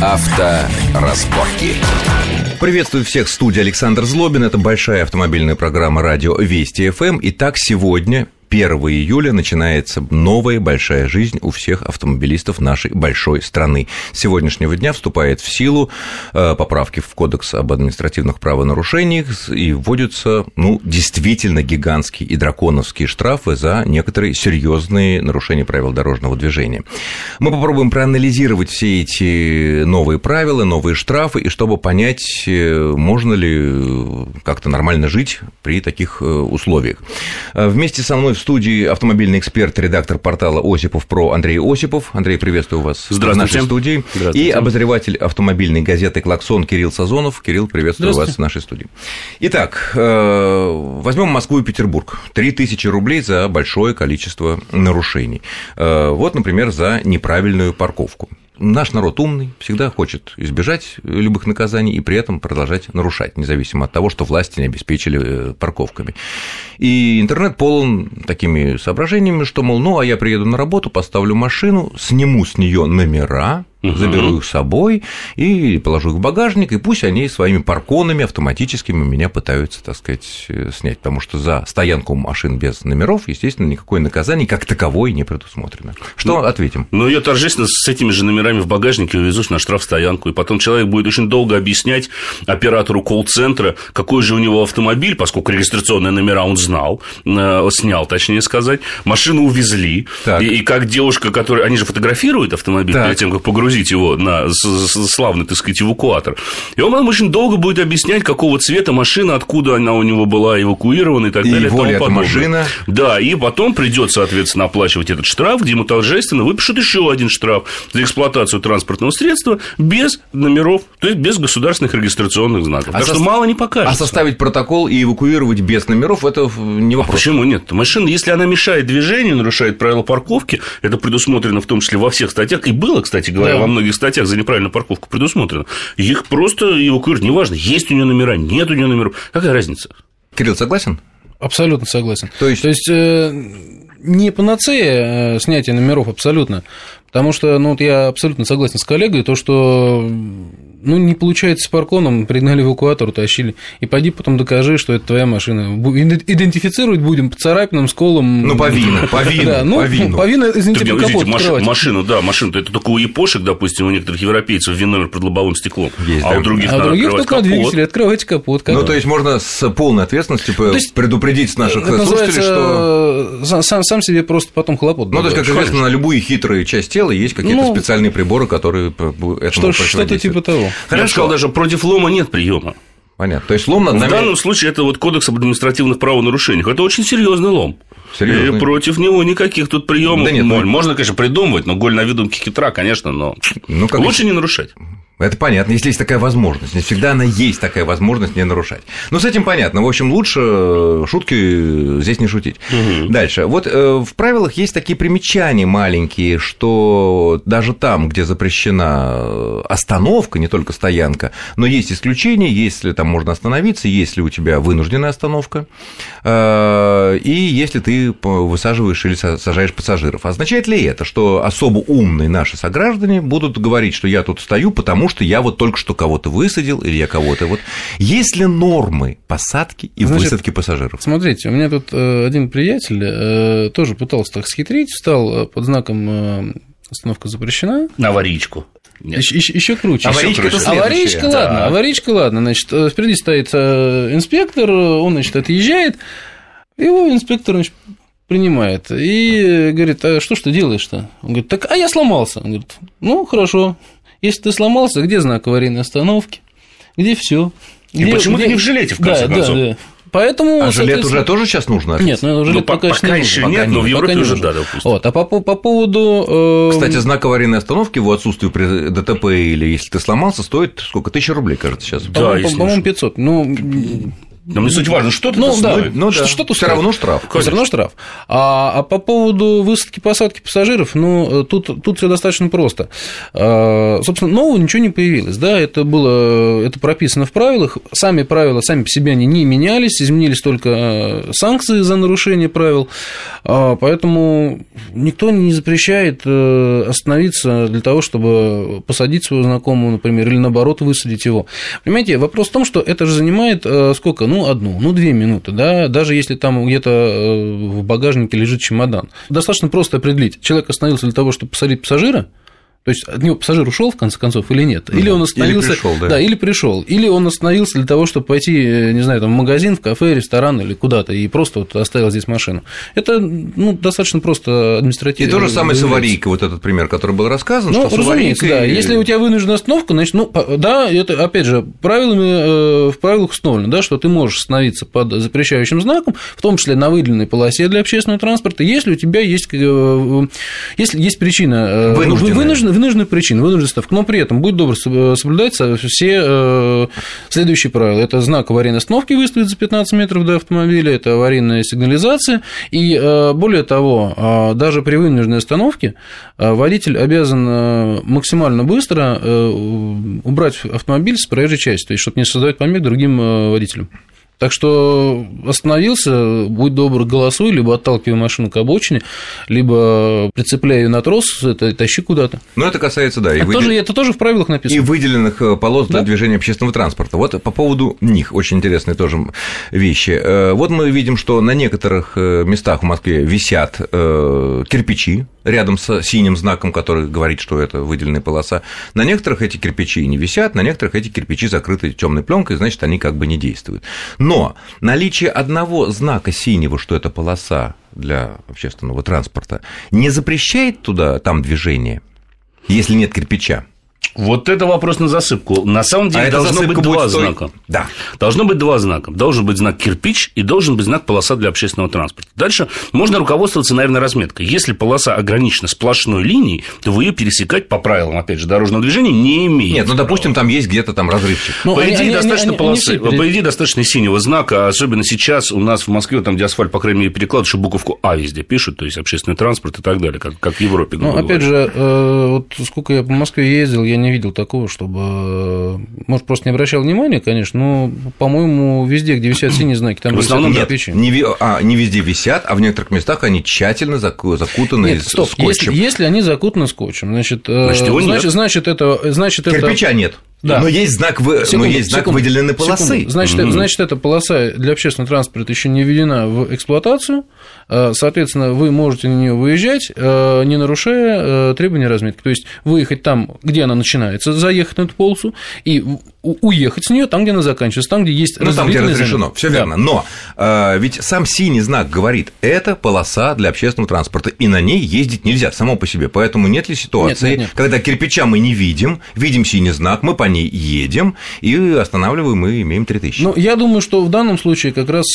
Авторазборки. Приветствую всех в студии Александр Злобин. Это большая автомобильная программа радио Вести ФМ. Итак, сегодня, 1 июля, начинается новая большая жизнь у всех автомобилистов нашей большой страны. С сегодняшнего дня вступает в силу поправки в Кодекс об административных правонарушениях и вводятся, действительно гигантские и драконовские штрафы за некоторые серьезные нарушения правил дорожного движения. Мы попробуем проанализировать все эти новые правила, новые штрафы, и чтобы понять, можно ли как-то нормально жить при таких условиях. Вместе со мной в студии автомобильный эксперт, редактор портала Осипов.Про Андрей Осипов. Андрей, приветствую вас в нашей студии. И обозреватель автомобильной газеты «Клаксон» Кирилл Сазонов. Кирилл, приветствую вас в нашей студии. Итак, возьмем Москву и Петербург. 3000 рублей за большое количество нарушений. Вот, например, за неправильную парковку. Наш народ умный, всегда хочет избежать любых наказаний и при этом продолжать нарушать, независимо от того, что власти не обеспечили парковками. И интернет полон такими соображениями, что, мол, а я приеду на работу, поставлю машину, сниму с нее номера, заберу их с собой и положу их в багажник, и пусть они своими парконами автоматическими меня пытаются, так сказать, снять, потому что за стоянку машин без номеров, естественно, никакое наказание как таковое не предусмотрено. Что ответим? Я торжественно с этими же номерами в багажнике увезусь на штрафстоянку, и потом человек будет очень долго объяснять оператору колл-центра, какой же у него автомобиль, поскольку регистрационные номера он снял, точнее сказать, машину увезли, и как девушка, которая... Они же фотографируют автомобиль перед тем, как погрузить его на славный, так сказать, эвакуатор. И он очень долго будет объяснять, какого цвета машина, откуда она у него была эвакуирована и так далее. И воля эта машина. Да, и потом придется, соответственно, оплачивать этот штраф, где ему торжественно выпишут еще один штраф за эксплуатацию транспортного средства без номеров, то есть без государственных регистрационных знаков. Так что мало не покажется. А составить протокол и эвакуировать без номеров – это не вопрос. Почему нет? Машина, если она мешает движению, нарушает правила парковки, это предусмотрено в том числе во всех статьях, и было, кстати говоря, во многих статьях за неправильную парковку предусмотрено. Их просто эвакуируют, неважно, есть у нее номера, нет у нее номеров. Какая разница? Кирилл, согласен? Абсолютно согласен. То есть не панацея снятия номеров абсолютно, потому что, я абсолютно согласен с коллегой, то, что не получается с парконом, пригнали эвакуатор, утащили, и пойди потом докажи, что это твоя машина. Идентифицировать будем по царапинам, сколам. Повинно. Повинно, извините, по капоту открывать. Машина, это только у япошек, допустим, у некоторых европейцев ВИН-номер под лобовым стеклом, есть, у других надо открывать только капот. двигатели, открывайте капот. То есть можно с полной ответственностью предупредить наших слушателей, что... Сам себе просто потом хлопот. То есть, как известно, на любую хитрую часть тела есть какие-то специальные приборы, которые этому противодействуют. Что-то типа того. Я сказал, даже против лома нет приема. Понятно. То есть лом над нами... В данном случае это Кодекс об административных правонарушениях. Это очень серьезный лом. Серьезный. И против него никаких тут приемов. Да нет, можно, конечно, придумывать, но голь на выдумке хитра, конечно, но лучше не нарушать. Это понятно, если есть такая возможность. Не всегда она есть такая возможность не нарушать. С этим понятно. В общем, лучше шутки здесь не шутить. Дальше. В правилах есть такие примечания маленькие, что даже там, где запрещена остановка, не только стоянка, но есть исключения, если там можно остановиться, если у тебя вынужденная остановка, и если ты высаживаешь или сажаешь пассажиров. Означает ли это, что особо умные наши сограждане будут говорить, что я тут стою, потому что я только что кого-то высадил, или я кого-то Есть ли нормы посадки и высадки пассажиров? Смотрите, у меня тут один приятель тоже пытался так схитрить, встал под знаком «Остановка запрещена». На аварийку. Еще круче. Аварийка, ладно. Значит, впереди стоит инспектор, он, отъезжает, его инспектор, принимает и говорит: а что ж ты делаешь-то? Он говорит: так, я сломался. Он говорит: хорошо. Если ты сломался, где знак аварийной остановки? Где все? И почему ты не в жилете, в конце концов? Да. Поэтому, жилет уже тоже сейчас нужно? Нет, жилет пока еще нет, но в Европе уже допустим. А по поводу... Кстати, знак аварийной остановки в отсутствии при ДТП или если ты сломался, стоит сколько? 1000 рублей, кажется, сейчас. По-моему, 500. Там не суть важно, что-то стоит. Что-то все равно штраф. Все равно штраф. А по поводу высадки-посадки пассажиров, тут все достаточно просто. Собственно, нового ничего не появилось. Да, это прописано в правилах. Сами правила сами по себе они не менялись, изменились только санкции за нарушение правил. Поэтому никто не запрещает остановиться для того, чтобы посадить своего знакомого, например, или наоборот высадить его. Понимаете, вопрос в том, что это же занимает сколько? 1-2 минуты, да, даже если там где-то в багажнике лежит чемодан. Достаточно просто определить, человек остановился для того, чтобы посадить пассажира, то есть от него пассажир ушел в конце концов или нет? Или он остановился. Или пришел, да. Или пришел. Или он остановился для того, чтобы пойти, не знаю, там, в магазин, в кафе, ресторан или куда-то, и просто вот оставил здесь машину. Это достаточно просто административно. И то же самое с аварийкой, вот этот пример, который был рассказан, что с разумеется, да. Если у тебя вынужденная остановка, значит, да, это, опять же, в правилах установлено, да, что ты можешь остановиться под запрещающим знаком, в том числе на выделенной полосе для общественного транспорта, если у тебя есть причина вынужденная причина, вынужденная ставка, но при этом будь добр соблюдать все следующие правила. Это знак аварийной остановки выставить за 15 метров до автомобиля, это аварийная сигнализация, и более того, даже при вынужденной остановке водитель обязан максимально быстро убрать автомобиль с проезжей части, то есть чтобы не создавать помех другим водителям. Так что остановился, будь добр, голосуй, либо отталкивай машину к обочине, либо прицепляй ее на трос, тащи куда-то. Но это касается, да. Это тоже в правилах написано. И выделенных полос для движения общественного транспорта. Вот по поводу них очень интересные тоже вещи. Вот мы видим, что на некоторых местах в Москве висят кирпичи рядом с синим знаком, который говорит, что это выделенная полоса. На некоторых эти кирпичи не висят, на некоторых эти кирпичи закрыты темной пленкой, значит, они как бы не действуют. Но наличие одного знака синего, что это полоса для общественного транспорта, не запрещает там движение, если нет кирпича. Вот это вопрос на засыпку. На самом деле должно быть два знака. Да. Должно быть два знака. Должен быть знак кирпич и должен быть знак полоса для общественного транспорта. Дальше можно руководствоваться, наверное, разметкой. Если полоса ограничена сплошной линией, то вы ее пересекать по правилам, опять же, дорожного движения не имеете. Нет, допустим, там есть где-то там разрывчик. По идее, достаточно полосы. По идее, достаточно синего знака, особенно сейчас у нас в Москве, там, где асфальт, по крайней мере, перекладывают, что буковку А везде пишут, то есть общественный транспорт и так далее, как в Европе. Опять же, вот сколько я по Москве ездил, я не видел такого, чтобы, может, просто не обращал внимания, конечно, но, по-моему, везде, где висят синие знаки, там висят кирпичи. Не везде висят, а в некоторых местах они тщательно закутаны скотчем. Если они закутаны скотчем, значит это... Кирпича нет. Да. Но есть знак выделенной полосы. Значит, эта полоса для общественного транспорта еще не введена в эксплуатацию. Соответственно, вы можете на нее выезжать, не нарушая требования разметки. То есть выехать там, где она начинается, заехать на эту полосу, и уехать с нее там, где она заканчивается, там, где есть разрешительный знак. Там, где разрешено, все верно. Но ведь сам синий знак говорит, это полоса для общественного транспорта, и на ней ездить нельзя само по себе. Поэтому нет ли ситуации, когда кирпича мы не видим синий знак, мы по ней едем и останавливаем, и имеем 3000. Ну, я думаю, что в данном случае как раз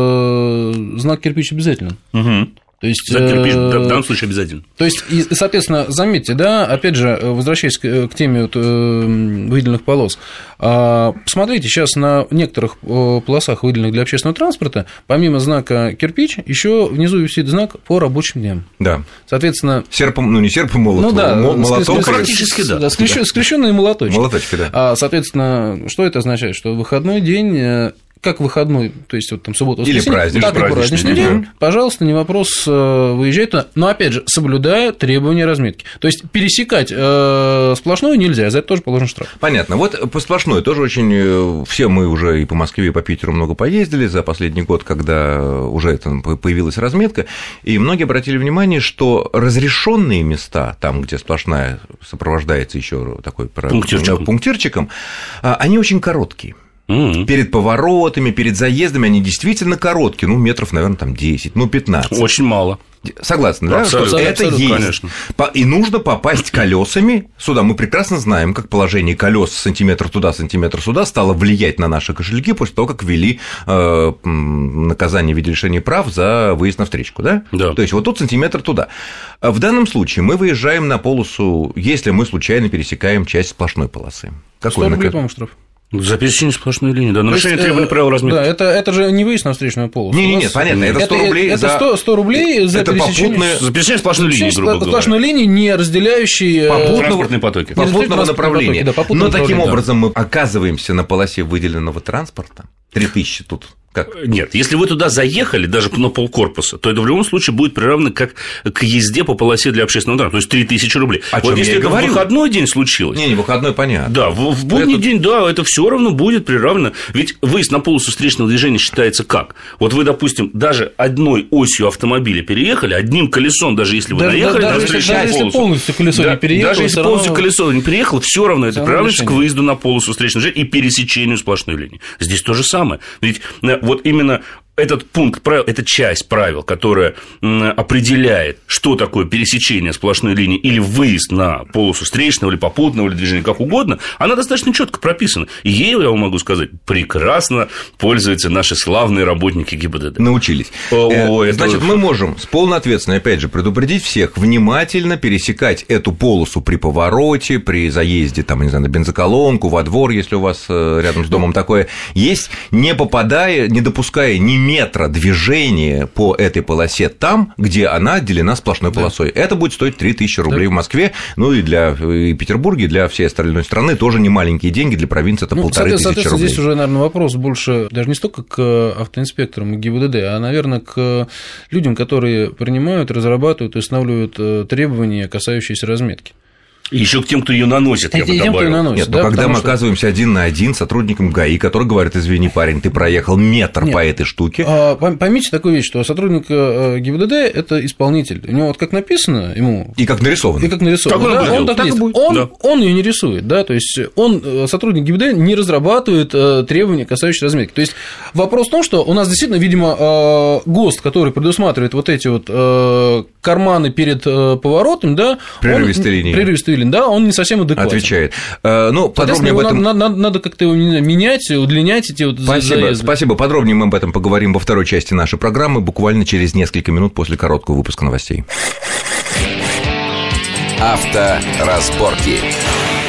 знак кирпич обязателен. Угу. То есть, в данном случае обязательно. То есть, соответственно, заметьте, да, опять же, возвращаясь к теме выделенных полос, посмотрите, сейчас на некоторых полосах, выделенных для общественного транспорта, помимо знака кирпич, еще внизу висит знак по рабочим дням. Да. Соответственно... не серпом, молотом. Молотом практически, да. Скрещенные молоточки. Молоточки, да. Соответственно, что это означает? Что в выходной день... как выходной, то есть вот там суббота, воскресенье, так и праздничный день, пожалуйста, не вопрос, выезжай туда, но опять же, соблюдая требования разметки. То есть пересекать сплошную нельзя, за это тоже положен штраф. Понятно. Вот по сплошной тоже очень, все мы уже и по Москве, и по Питеру много поездили за последний год, когда уже это появилась разметка, и многие обратили внимание, что разрешенные места, там, где сплошная сопровождается еще такой пунктирчиком, они очень короткие. Перед поворотами, перед заездами они действительно короткие, метров, наверное, там 10, 15. Очень мало. Согласны, да? Абсолютно, это есть. Конечно. И нужно попасть колесами сюда. Мы прекрасно знаем, как положение колес сантиметр туда, сантиметр сюда стало влиять на наши кошельки после того, как ввели наказание в виде лишения прав за выезд на встречку, да? Да. То есть вот тут сантиметр туда. В данном случае мы выезжаем на полосу, если мы случайно пересекаем часть сплошной полосы. Какой 100 рублей, по-моему, штраф. За пересечение сплошной линии, да, нарушение требований правил разметки. Да, это же не выезд на встречную полосу. Нет, понятно, это 100 рублей это 100 рублей за пересечение... За пересечение сплошной линии, грубо говоря. Сплошной линии, не разделяющей... Транспортные потоки. Попутного направления. Но таким образом мы оказываемся на полосе выделенного транспорта. 3000 тут. Как? Нет, если вы туда заехали, даже на полкорпуса, то это в любом случае будет приравнено как к езде по полосе для общественного транспорта, то есть 3000 рублей. Вот если это в выходной день случилось. Не выходной, понятно. Да, в будний день, да, это все равно будет приравнено. Ведь выезд на полосу встречного движения считается как? Вот вы, допустим, даже одной осью автомобиля переехали, одним колесом, даже если вы наехали на встречную полосу. Даже если полностью колесо не переехало. Даже если полностью колесо не переехало, все равно это приравнивается к выезду на полосу встречного движения и пересечению сплошной линии. Здесь то же самое. Ведь вот именно этот пункт правил, это часть правил, которая определяет, что такое пересечение сплошной линии или выезд на полосу встречного или попутного или движения, как угодно, она достаточно четко прописана. И ею, я вам могу сказать, прекрасно пользуются наши славные работники ГИБДД. Научились. Значит, мы можем с полной ответственностью, опять же, предупредить всех внимательно пересекать эту полосу при повороте, при заезде, там, не знаю, на бензоколонку, во двор, если у вас рядом с домом такое есть, не попадая, не допуская ни метра движения по этой полосе там, где она отделена сплошной полосой. Это будет стоить 3000 рублей в Москве, ну и для Петербурга, и для всей остальной страны тоже не маленькие деньги, для провинции это 1500 рублей. Здесь уже, наверное, вопрос больше даже не столько к автоинспекторам и ГИБДД, а, наверное, к людям, которые принимают, разрабатывают и устанавливают требования, касающиеся разметки. И еще к тем, кто ее наносит, я бы добавил. Нет, но когда мы оказываемся 1 на 1 с сотрудником ГАИ, который говорит: извини, парень, ты проехал метр по этой штуке. Поймите такую вещь, что сотрудник ГИБДД – это исполнитель. У него вот как написано ему… И как нарисовано. Он ее не рисует, да, то есть он, сотрудник ГИБДД, не разрабатывает требования, касающиеся разметки. То есть вопрос в том, что у нас действительно, видимо, ГОСТ, который предусматривает вот эти вот карманы перед поворотом, да, прерывистые линии, да, он не совсем адекватен. Отвечает. Ну, подробнее об этом… Надо как-то его менять, удлинять эти вот заезды. Спасибо. Подробнее мы об этом поговорим во второй части нашей программы, буквально через несколько минут после короткого выпуска новостей. Авторазборки.